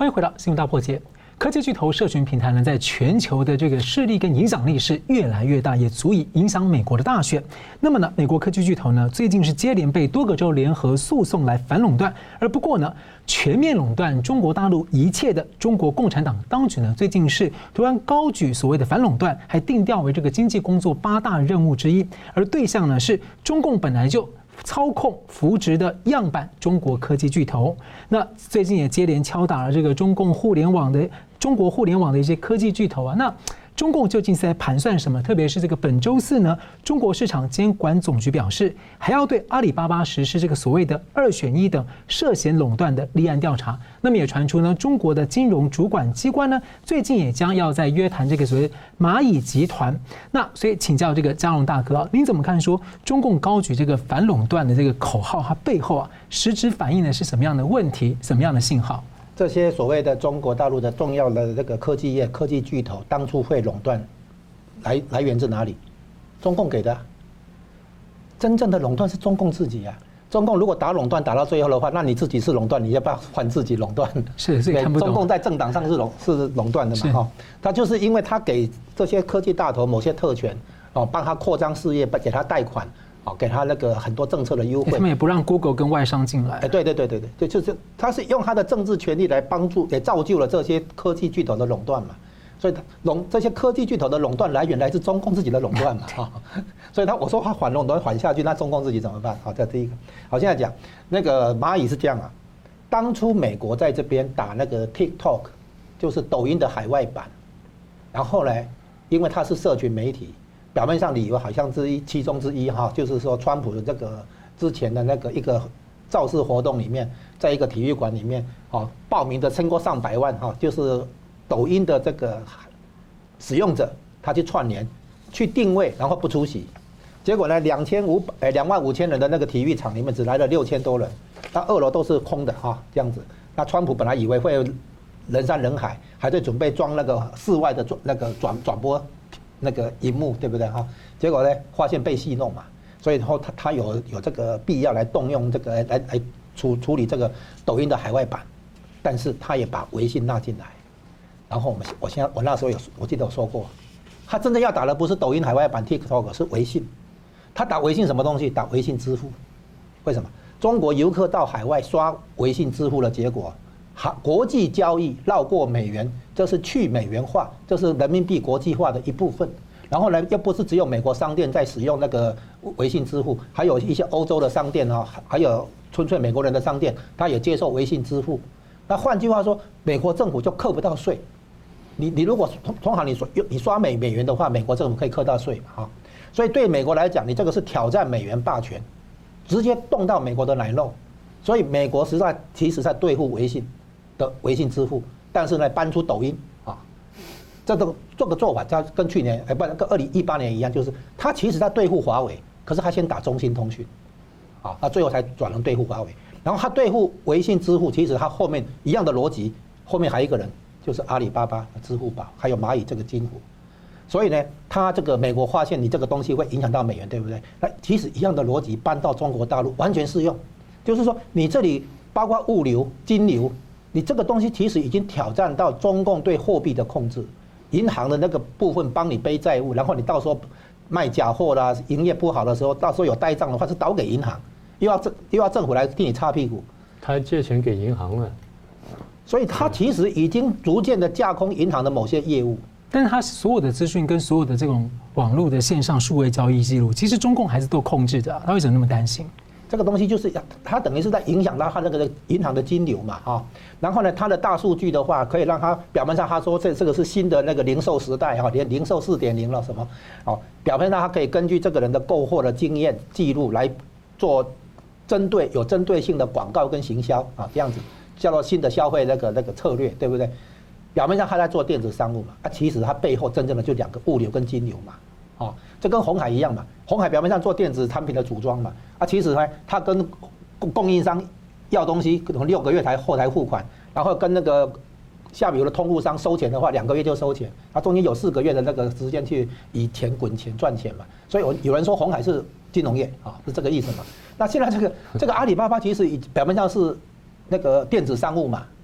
欢迎回到新闻大破解。科技巨头社群平台呢，在全球的这个势力跟影响力是越来越大，也足以影响美国的大选。那么呢，美国科技巨头呢，最近是接连被多个州联合诉讼来反垄断。而不过呢，全面垄断中国大陆一切的中国共产党当局呢，最近是突然高举所谓的反垄断，还定调为这个经济工作八大任务之一，而对象呢是中共本来就操控扶植的样板中国科技巨头。那最近也接连敲打了这个中共互联网的中国互联网的一些科技巨头啊。那中共究竟是在盘算什么？特别是这个本周四呢，中国市场监管总局表示，还要对阿里巴巴实施这个所谓的二选一等涉嫌垄断的立案调查。那么也传出呢，中国的金融主管机关呢，最近也将要在约谈这个所谓蚂蚁集团。那所以请教这个嘉荣大哥啊，您怎么看说中共高举这个反垄断的这个口号，它背后啊，实质反映的是什么样的问题，什么样的信号？ 这些所谓的中国大陆的重要的这个科技业、科技巨头，当初会垄断，来来源自哪里？中共给的、啊。真正的垄断是中共自己啊！中共如果打垄断打到最后的话，那你自己是垄断，你要不要还自己垄断？ 是，所以看不懂。 中共在政党上是垄是垄断的嘛？哈，他就是因为他给这些科技大头某些特权，哦，帮他扩张事业，给他贷款。哦，给他那个很多政策的优惠， 他们也不让 Google 跟外商进来。 哎，对对对对对，就就是他是用他的政治权力来帮助，也造就了这些科技巨头的垄断嘛。所以垄这些科技巨头的垄断来源来自中共自己的垄断嘛。哈，所以他我说他缓垄断缓下去，那中共自己怎么办？好，这第一个。好，现在讲那个蚂蚁是这样啊，当初美国在这边打那个 TikTok， 就是抖音的海外版，然后呢，因为它是社群媒体。表面上理由好像之一其中之一哈，就是说川普的这个之前的那个一个造势活动里面，在一个体育馆里面，哦，报名的超过上百万哈，就是抖音的这个使用者，他去串联、去定位，然后不出席，结果呢，两千五百哎两万五千人的那个体育场里面只来了六千多人，那二楼都是空的哈，这样子。那川普本来以为会人山人海，还在准备装那个室外的那个转转播。那个荧幕对不对哈？结果呢，发现被戏弄嘛，所以后他他有有这个必要来动用这个来来处处理这个抖音的海外版，但是他也把微信纳进来，然后我们我现在我那时候有我记得我说过，他真正要打的不是抖音海外版 TikTok， 是微信，他打微信什么东西？打微信支付，为什么？中国游客到海外刷微信支付的结果。国际交易绕过美元，这是去美元化，这是人民币国际化的一部分。然后呢，又不是只有美国商店在使用那个微信支付，还有一些欧洲的商店啊，还有纯粹美国人的商店，他也接受微信支付。那换句话说，美国政府就课不到税。你你如果通常你刷你刷美美元的话，美国政府可以课到税嘛哈。所以对美国来讲，你这个是挑战美元霸权，直接动到美国的奶酪。所以美国实在其实在对付微信。的微信支付，但是呢，搬出抖音啊，这个这个做法，它跟去年哎不跟二零一八年一样，就是它其实在对付华为，可是它先打中兴通讯，啊，那最后才转成对付华为。然后它对付微信支付，其实它后面一样的逻辑，后面还有一个人，就是阿里巴巴、支付宝，还有蚂蚁这个金服。所以呢，它这个美国发现你这个东西会影响到美元，对不对？那其实一样的逻辑搬到中国大陆完全适用，就是说你这里包括物流、金流。你这个东西其实已经挑战到中共对货币的控制，银行的那个部分帮你背债务，然后你到时候卖假货啦，营业不好的时候，到时候有呆账的话是倒给银行，又要政又要政府来替你擦屁股。 他还借钱给银行了， 所以他其实已经逐渐的架空银行的某些业务。 但是他所有的资讯跟所有的这种网络的线上数位交易记录，其实中共还是都控制的，他为什么那么担心？ 这个东西就是它等于是在影响到它那个银行的金流嘛，哈。然后呢，它的大数据的话，可以让它表面上他说这这个是新的那个零售时代哈，连零售四点零了什么，哦，表面上它可以根据这个人的购货的经验记录来做针对有针对性的广告跟行销啊，这样子叫做新的消费那个那个策略，对不对？表面上他在做电子商务嘛，啊，其实它背后真正的就两个物流跟金流嘛。哦，这跟鸿海一样嘛，鸿海表面上做电子产品的组装嘛，啊，其实呢，他跟供应商要东西，可能六个月才后台付款，然后跟那个下游的通路商收钱的话，两个月就收钱，他中间有四个月的那个时间去以钱滚钱赚钱嘛，所以有有人说鸿海是金融业啊，是这个意思嘛。那现在这个这个阿里巴巴其实表面上是那个电子商务嘛，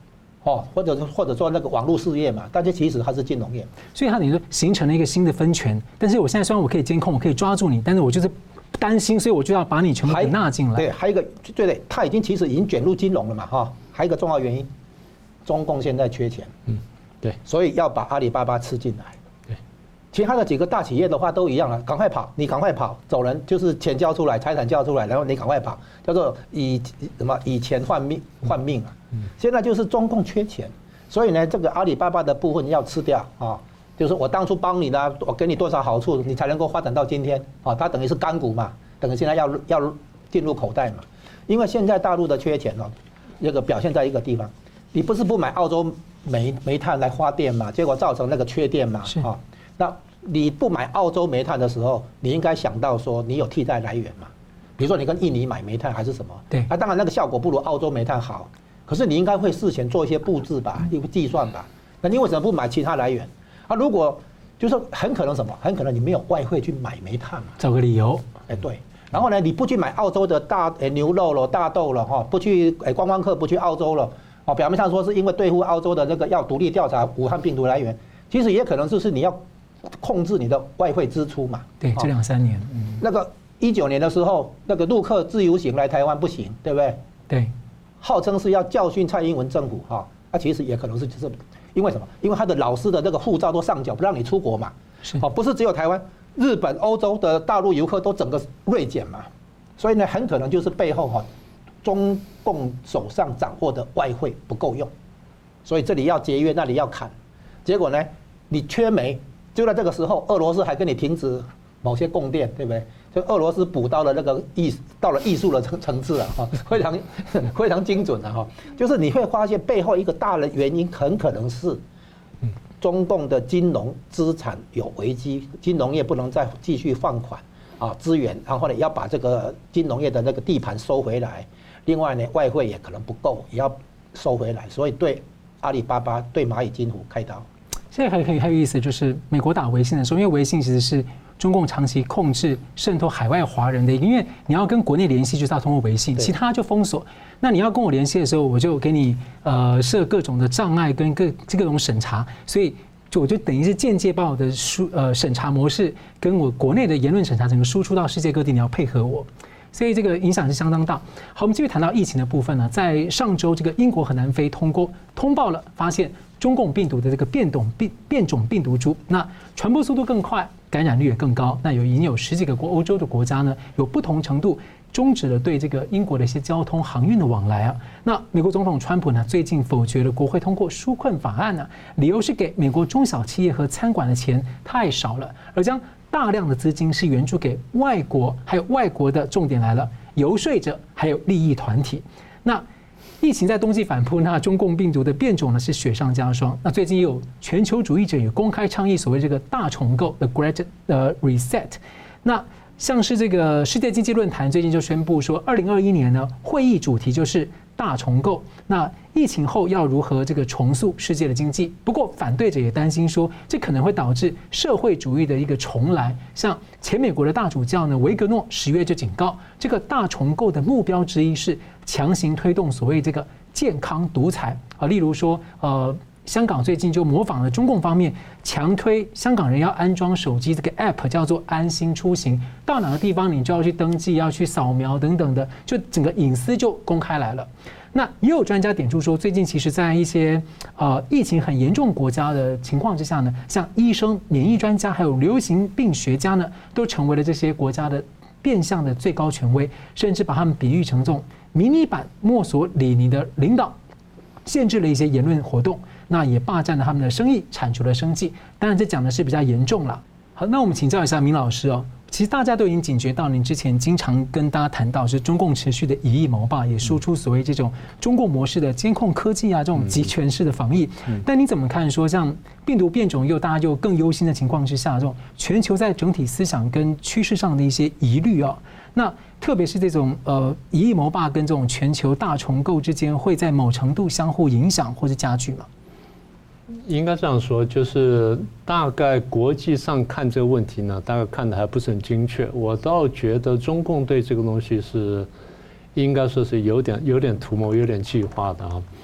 哦，或者或者说那个网络事业嘛，但是其实它是金融业， 所以它等于说形成了一个新的分权。但是我现在虽然我可以监控，我可以抓住你，但是我就是担心，所以我就要把你全部给纳进来。 对，还有一个对对，它已经其实已经卷入金融了嘛哈。还有一个重要原因，中共现在缺钱， 嗯，对， 所以要把阿里巴巴吃进来。对，其他的几个大企业的话都一样了，赶快跑，你赶快跑，走人，就是钱交出来，财产交出来，然后你赶快跑，叫做以什么以钱换命换命啊。现在就是中共缺钱，所以呢，这个阿里巴巴的部分要吃掉啊。就是我当初帮你的，我给你多少好处，你才能够发展到今天啊？它等于是干股嘛，等于现在要要进入口袋嘛。因为现在大陆的缺钱哦，这个表现在一个地方，你不是不买澳洲煤煤炭来发电嘛，结果造成那个缺电嘛啊。那你不买澳洲煤炭的时候，你应该想到说你有替代来源嘛，比如说你跟印尼买煤炭还是什么？对，啊，当然那个效果不如澳洲煤炭好。可是你应该会事前做一些布置吧，一个计算吧。那你为什么不买其他来源？啊，如果就是说很可能什么？很可能你没有外汇去买煤炭嘛。 找个理由。 哎，对。然后呢，你不去买澳洲的大诶牛肉了、大豆了哈，不去诶观光客不去澳洲了。哦，表面上说是因为对付澳洲的那个要独立调查武汉病毒来源，其实也可能就是你要控制你的外汇支出嘛。 对，这两三年。嗯。 那个一九年的时候，那个陆客自由行来台湾不行，对不对？ 对。 号称是要教训蔡英文政府哈，那、啊、其实也可能是就是因为什么？因为他的老师的那个护照都上缴，不让你出国嘛。是。哦，不是只有台湾，日本、欧洲的大陆游客都整个锐减嘛。所以呢，很可能就是背后哈，中共手上掌握的外汇不够用，所以这里要节约，那里要砍。结果呢，你缺煤，就在这个时候，俄罗斯还跟你停止某些供电，对不对？就俄罗斯补到了那个艺，到了艺术的层层次了哈，非常非常精准了哈。就是你会发现背后一个大的原因，很可能是中共的金融资产有危机，金融业不能再继续放款啊资源，然后呢要把这个金融业的那个地盘收回来。另外呢，外汇也可能不够，也要收回来，所以对阿里巴巴、对蚂蚁金服开刀。 现在还很很有意思，就是美国打微信的时候，因为微信其实是中共长期控制渗透海外华人的，因为你要跟国内联系就是要通过微信，其他就封锁。那你要跟我联系的时候，我就给你呃设各种的障碍跟各各种审查，所以就我就等于是间接把我的输呃审查模式跟我国内的言论审查整个输出到世界各地，你要配合我。所以这个影响是相当大。好，我们继续谈到疫情的部分呢，在上周这个英国和南非通过通报了，发现中共病毒的这个变种变变种病毒株，那传播速度更快，感染率也更高。那有已经有十几个国欧洲的国家呢，有不同程度终止了对这个英国的一些交通航运的往来啊。那美国总统川普呢，最近否决了国会通过纾困法案呢，理由是给美国中小企业和餐馆的钱太少了，而将大量的资金是援助给外国，还有外国的重点来了，游说者还有利益团体。那疫情在冬季反扑，那中共病毒的变种呢是雪上加霜。那最近也有全球主义者也公开倡议所谓这个大重构 （the Great 呃 Reset）。那像是这个世界经济论坛最近就宣布说，二零二一年呢会议主题就是大重构。那疫情后要如何这个重塑世界的经济？不过反对者也担心说，这可能会导致社会主义的一个重来。像前美国的大主教呢维格诺十月就警告，这个大重构的目标之一是强行推动所谓这个健康独裁啊，例如说呃。香港最近就模仿了中共方面强推香港人要安装手机这个 app 叫做安心出行，到哪个地方你就要去登记，要去扫描等等的，就整个隐私就公开来了。那也有专家点出说，最近其实在一些呃疫情很严重国家的情况之下呢，像医生、免疫专家还有流行病学家呢，都成为了这些国家的变相的最高权威，甚至把他们比喻成这种迷你版墨索里尼的领导，限制了一些言论活动。那也霸占了他们的生意，铲除了生计。当然，这讲的是比较严重了。好，那我们请教一下明老师哦。其实大家都已经警觉到，您之前经常跟大家谈到是中共持续的以夷谋霸，也输出所谓这种中共模式的监控科技啊，这种集权式的防疫。但你怎么看说，像病毒变种又大家就更忧心的情况之下，这种全球在整体思想跟趋势上的一些疑虑啊？那特别是这种呃以夷谋霸跟这种全球大重构之间，会在某程度相互影响或是加剧吗？ 应该这样说，就是大概国际上看这个问题呢，大概看的还不是很精确。我倒觉得中共对这个东西是应该说是有点有点图谋、有点计划的啊。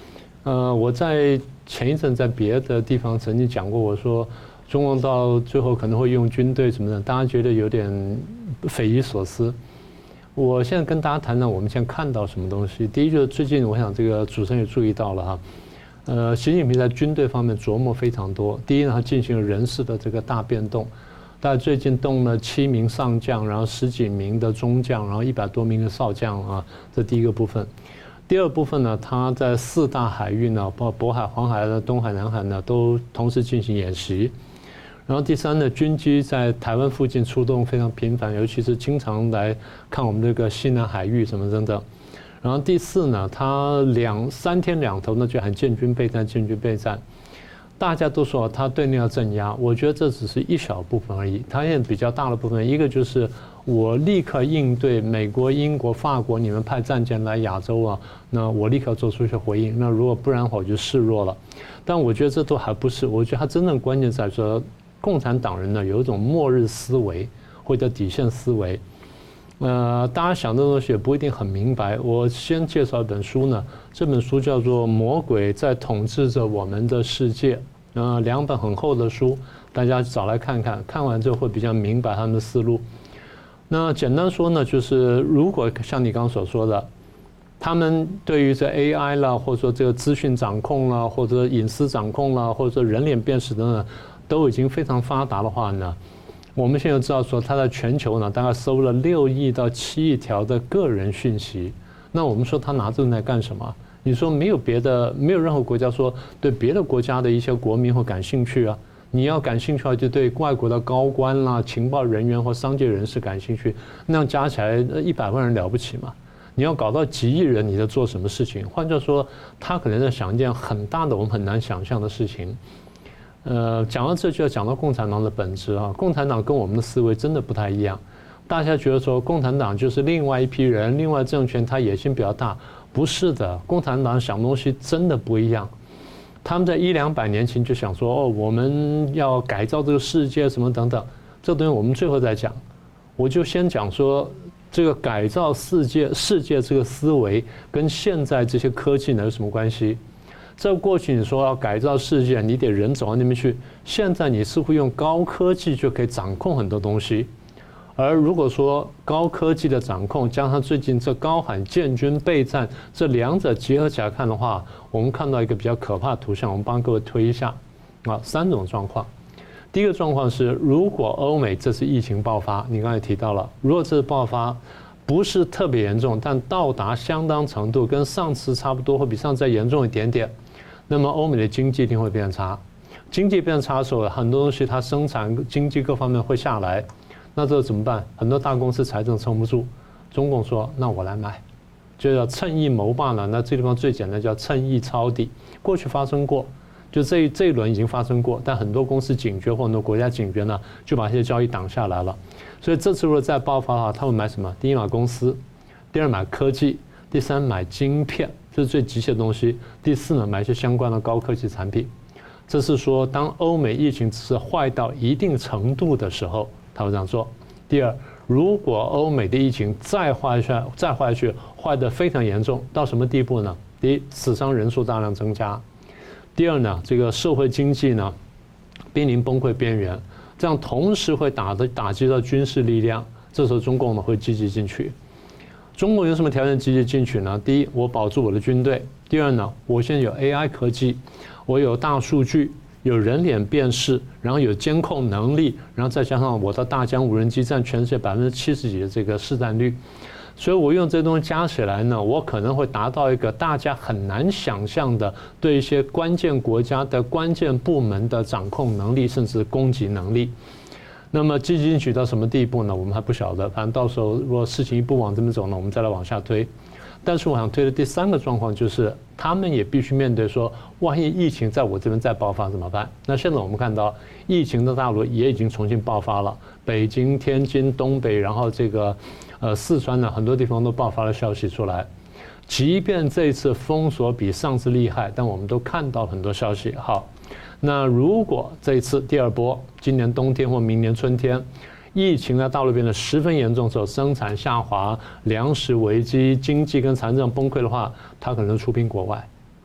呃，我在前一阵在别的地方曾经讲过，我说中共到最后可能会用军队什么的，大家觉得有点匪夷所思。我现在跟大家谈谈我们现在看到什么东西。第一就是最近，我想这个主持人也注意到了哈，呃，习近平在军队方面琢磨非常多。第一呢，他进行了人事的这个大变动，大概最近动了七名上将，然后十几名的中将，然后一百多名的少将啊，这第一个部分。第二部分呢，他在四大海域呢，包括渤海、黄海的东海、南海呢，都同时进行演习。然后第三呢，军机在台湾附近出动非常频繁，尤其是经常来看我们这个西南海域什么等等。然后第四呢，他两三天两头呢就喊建军备战，建军备战。大家都说他对内要镇压，我觉得这只是一小部分而已。他现在比较大的部分，一个就是我立刻应对美国、英国、法国，你们派战舰来亚洲啊，那我立刻做出一些回应。那如果不然的话，我就示弱了。但我觉得这都还不是，我觉得他真正关键在说，共产党人呢有一种末日思维或者底线思维。呃，大家想这东西也不一定很明白。我先介绍一本书呢，这本书叫做《魔鬼在统治着我们的世界》，呃，两本很厚的书，大家找来看看，看完之后会比较明白他们的思路。那简单说呢，就是如果像你刚刚所说的，他们对于这 A I 啦，或者说这个资讯掌控啦，或者隐私掌控啦，或者说人脸辨识等等，都已经非常发达的话呢，我们现在知道说，它在全球呢大概收了六亿到七亿条的个人讯息。那我们说他拿这个来干什么？你说没有别的，没有任何国家说对别的国家的一些国民会感兴趣啊。你要感兴趣的话，就对外国的高官啦、情报人员或商界人士感兴趣，那样加起来一百万人了不起嘛？你要搞到几亿人，你在做什么事情？换句话说，他可能在想一件很大的我们很难想象的事情。呃，讲到这就要讲到共产党的本质啊。共产党跟我们的思维真的不太一样。大家觉得说共产党就是另外一批人，另外政权他野心比较大，不是的。共产党想东西真的不一样。他们在一两百年前就想说，哦，我们要改造这个世界什么等等，这东西我们最后再讲。我就先讲说，这个改造世界世界这个思维跟现在这些科技呢有什么关系？在过去你说要改造世界，你得人走到那边去，现在你似乎用高科技就可以掌控很多东西。而如果说高科技的掌控加上最近这高喊建军备战，这两者结合起来看的话，我们看到一个比较可怕的图像，我们帮各位推一下啊，三种状况。第一个状况是，如果欧美这次疫情爆发，你刚才提到了，如果这次爆发不是特别严重，但到达相当程度，跟上次差不多，或比上次再严重一点点，那么欧美的经济一定会变差。经济变差的时候，很多东西它生产经济各方面会下来。那这怎么办？很多大公司财政撑不住，中共说那我来买，就叫趁易谋霸呢。那这地方最简单叫趁易抄底，过去发生过，就这这一轮已经发生过，但很多公司警觉或很多国家警觉呢，就把这些交易挡下来了。所以这次如果再爆发的话，他们买什么？第一买公司，第二买科技，第三买晶片，这是最急切的东西。第四呢，买一些相关的高科技产品。这是说，当欧美疫情是坏到一定程度的时候，他会这样做。第二，如果欧美的疫情再坏下再坏下去，坏得非常严重，到什么地步呢？第一，死伤人数大量增加；第二呢，这个社会经济呢濒临崩溃边缘，这样同时会打的打击到军事力量。这时候中共呢会积极进去。中国有什么条件积极进去呢？第一，我保住我的军队；第二呢，我现在有 A I 科技，我有大数据。有人脸辨识，然后有监控能力，然后再加上我的大疆无人机占全世界百分之七十几的这个市占率，所以我用这些东西加起来呢，我可能会达到一个大家很难想象的对一些关键国家的关键部门的掌控能力，甚至攻击能力。那么积极进取到什么地步呢？我们还不晓得，反正到时候如果事情一不往这边走呢，我们再来往下推。但是我想推的第三个状况就是，他们也必须面对说，万一疫情在我这边再爆发怎么办？那现在我们看到，疫情的大陆也已经重新爆发了，北京、天津、东北，然后这个呃四川呢，很多地方都爆发了消息出来。即便这次封锁比上次厉害，但我们都看到很多消息。好，那如果这一次第二波，今年冬天或明年春天，疫情在大陆变得十分严重的时候，生产下滑、粮食危机、经济跟财政崩溃的话，它可能出兵国外。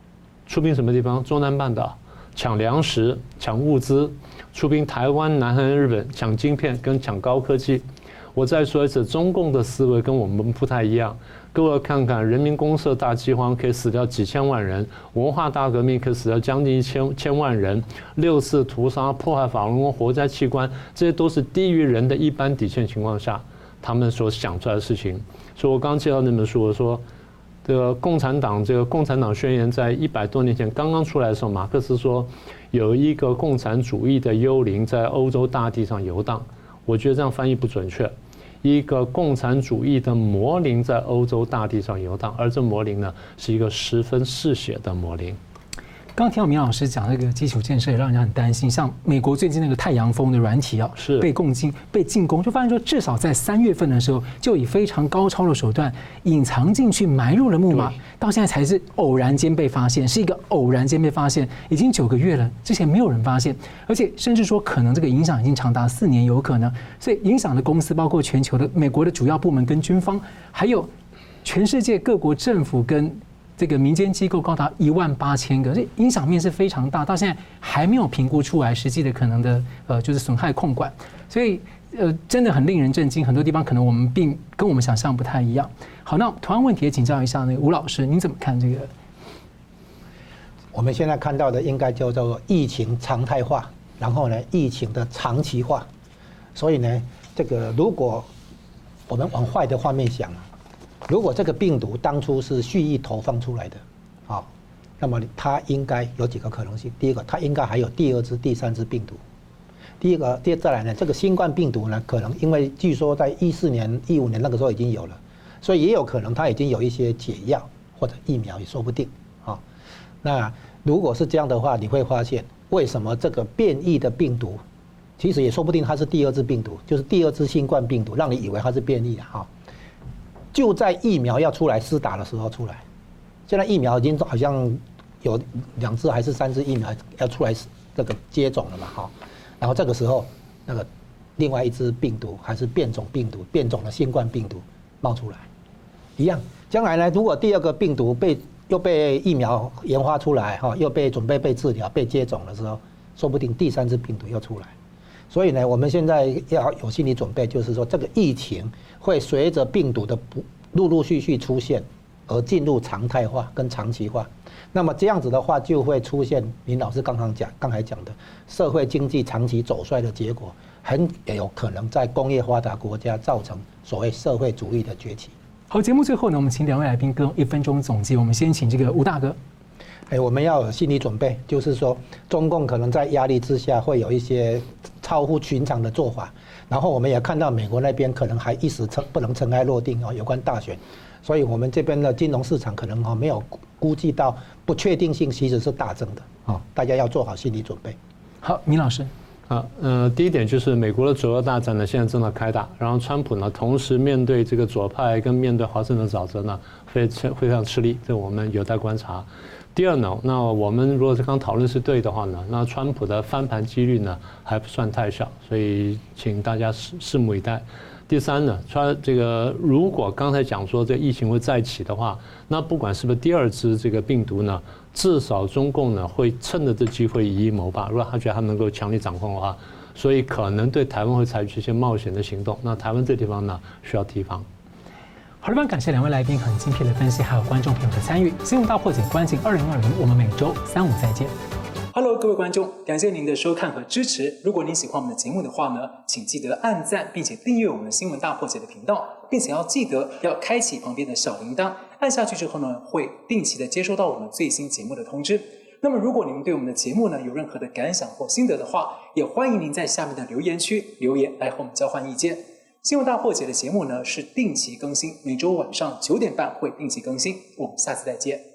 出兵什么地方？中南半岛，抢粮食、抢物资，出兵台湾、南韩、日本，抢晶片跟抢高科技。我再说一次，中共的思维跟我们不太一样。各位看看，人民公社大饥荒可以死掉几千万人，文化大革命可以死掉将近一千千万人，六次屠杀、破坏法轮功活摘器官，这些都是低于人的一般底线情况下，他们所想出来的事情。所以我刚介绍那本书，我说这个共产党这个共产党宣言在一百多年前刚刚出来的时候，马克思说有一个共产主义的幽灵在欧洲大地上游荡，我觉得这样翻译不准确。一个共产主义的魔灵在欧洲大地上游荡，而这魔灵呢，是一个十分嗜血的魔灵。 刚听到明老师讲那个基础建设，也让人家很担心。像美国最近那个太阳风的软体啊， 是被攻击、被进攻，就发现说，至少在三月份的时候，就以非常高超的手段隐藏进去，埋入了木马，到现在才是偶然间被发现，是一个偶然间被发现，已经九个月了，之前没有人发现，而且甚至说可能这个影响已经长达四年，有可能。所以影响的公司包括全球的美国的主要部门跟军方，还有全世界各国政府跟这个民间机构高达一万八千个，这影响面是非常大，到现在还没有评估出来实际的可能的呃就是损害控管，所以呃真的很令人震惊，很多地方可能我们并跟我们想象不太一样。好，那同样问题也请教一下那个吴老师，您怎么看这个？ 我们现在看到的应该叫做疫情常态化，然后呢，疫情的长期化，所以呢，这个如果我们往坏的方面想啊。如果这个病毒当初是蓄意投放出来的，啊，那么它应该有几个可能性。第一个，它应该还有第二支、第三支病毒。第一个，第再来呢，这个新冠病毒呢，可能因为据说在一四年、一五年那个时候已经有了，所以也有可能它已经有一些解药或者疫苗也说不定啊。那如果是这样的话，你会发现为什么这个变异的病毒，其实也说不定它是第二支病毒，就是第二支新冠病毒，让你以为它是变异的哈。就在疫苗要出来施打的时候出来，现在疫苗已经好像有两支还是三支疫苗要出来这个接种了嘛哈，然后这个时候那个另外一支病毒还是变种病毒，变种的新冠病毒冒出来，一样。将来呢，如果第二个病毒被又被疫苗研发出来哈，又被准备被治疗、被接种的时候，说不定第三支病毒又出来。所以呢，我们现在要有心理准备，就是说这个疫情会随着病毒的不陆陆续续出现，而进入常态化跟长期化。那么这样子的话，就会出现林老师刚刚讲、刚才讲的社会经济长期走衰的结果，很有可能在工业发达国家造成所谓社会主义的崛起。 好，节目最后呢，我们请两位来宾各用一分钟总结。我们先请这个吴大哥。 哎，我们要有心理准备，就是说，中共可能在压力之下会有一些超乎寻常的做法。然后我们也看到美国那边可能还一时不能尘埃落定哦，有关大选，所以我们这边的金融市场可能哈没有估计到不确定性其实是大增的啊，大家要做好心理准备。 好，明老师。 啊，呃，第一点就是美国的左右大战呢，现在正在开打，然后川普呢，同时面对这个左派跟面对华盛顿沼泽呢，非非常吃力，这我们有待观察。第二呢，那我们如果是刚讨论是对的话呢，那川普的翻盘几率呢还不算太小，所以请大家拭拭目以待。第三呢，川这个如果刚才讲说这疫情会再起的话，那不管是不是第二支这个病毒呢，至少中共呢会趁着这机会以一谋霸。如果他觉得他能够强力掌控的话，所以可能对台湾会采取一些冒险的行动。那台湾这地方呢需要提防。好了，非常感谢两位来宾很精辟的分析，还有观众朋友的参与。新闻大破解关进二零二零，我们每周三五再见。 Hello， 各位观众，感谢您的收看和支持。如果您喜欢我们的节目的话呢，请记得按赞，并且订阅我们新闻大破解的频道，并且要记得要开启旁边的小铃铛，按下去之后呢，会定期的接收到我们最新节目的通知。那么，如果您对我们的节目呢有任何的感想或心得的话，也欢迎您在下面的留言区留言来和我们交换意见。新闻大破解的节目呢是定期更新，每周晚上九点半会定期更新。我们下次再见。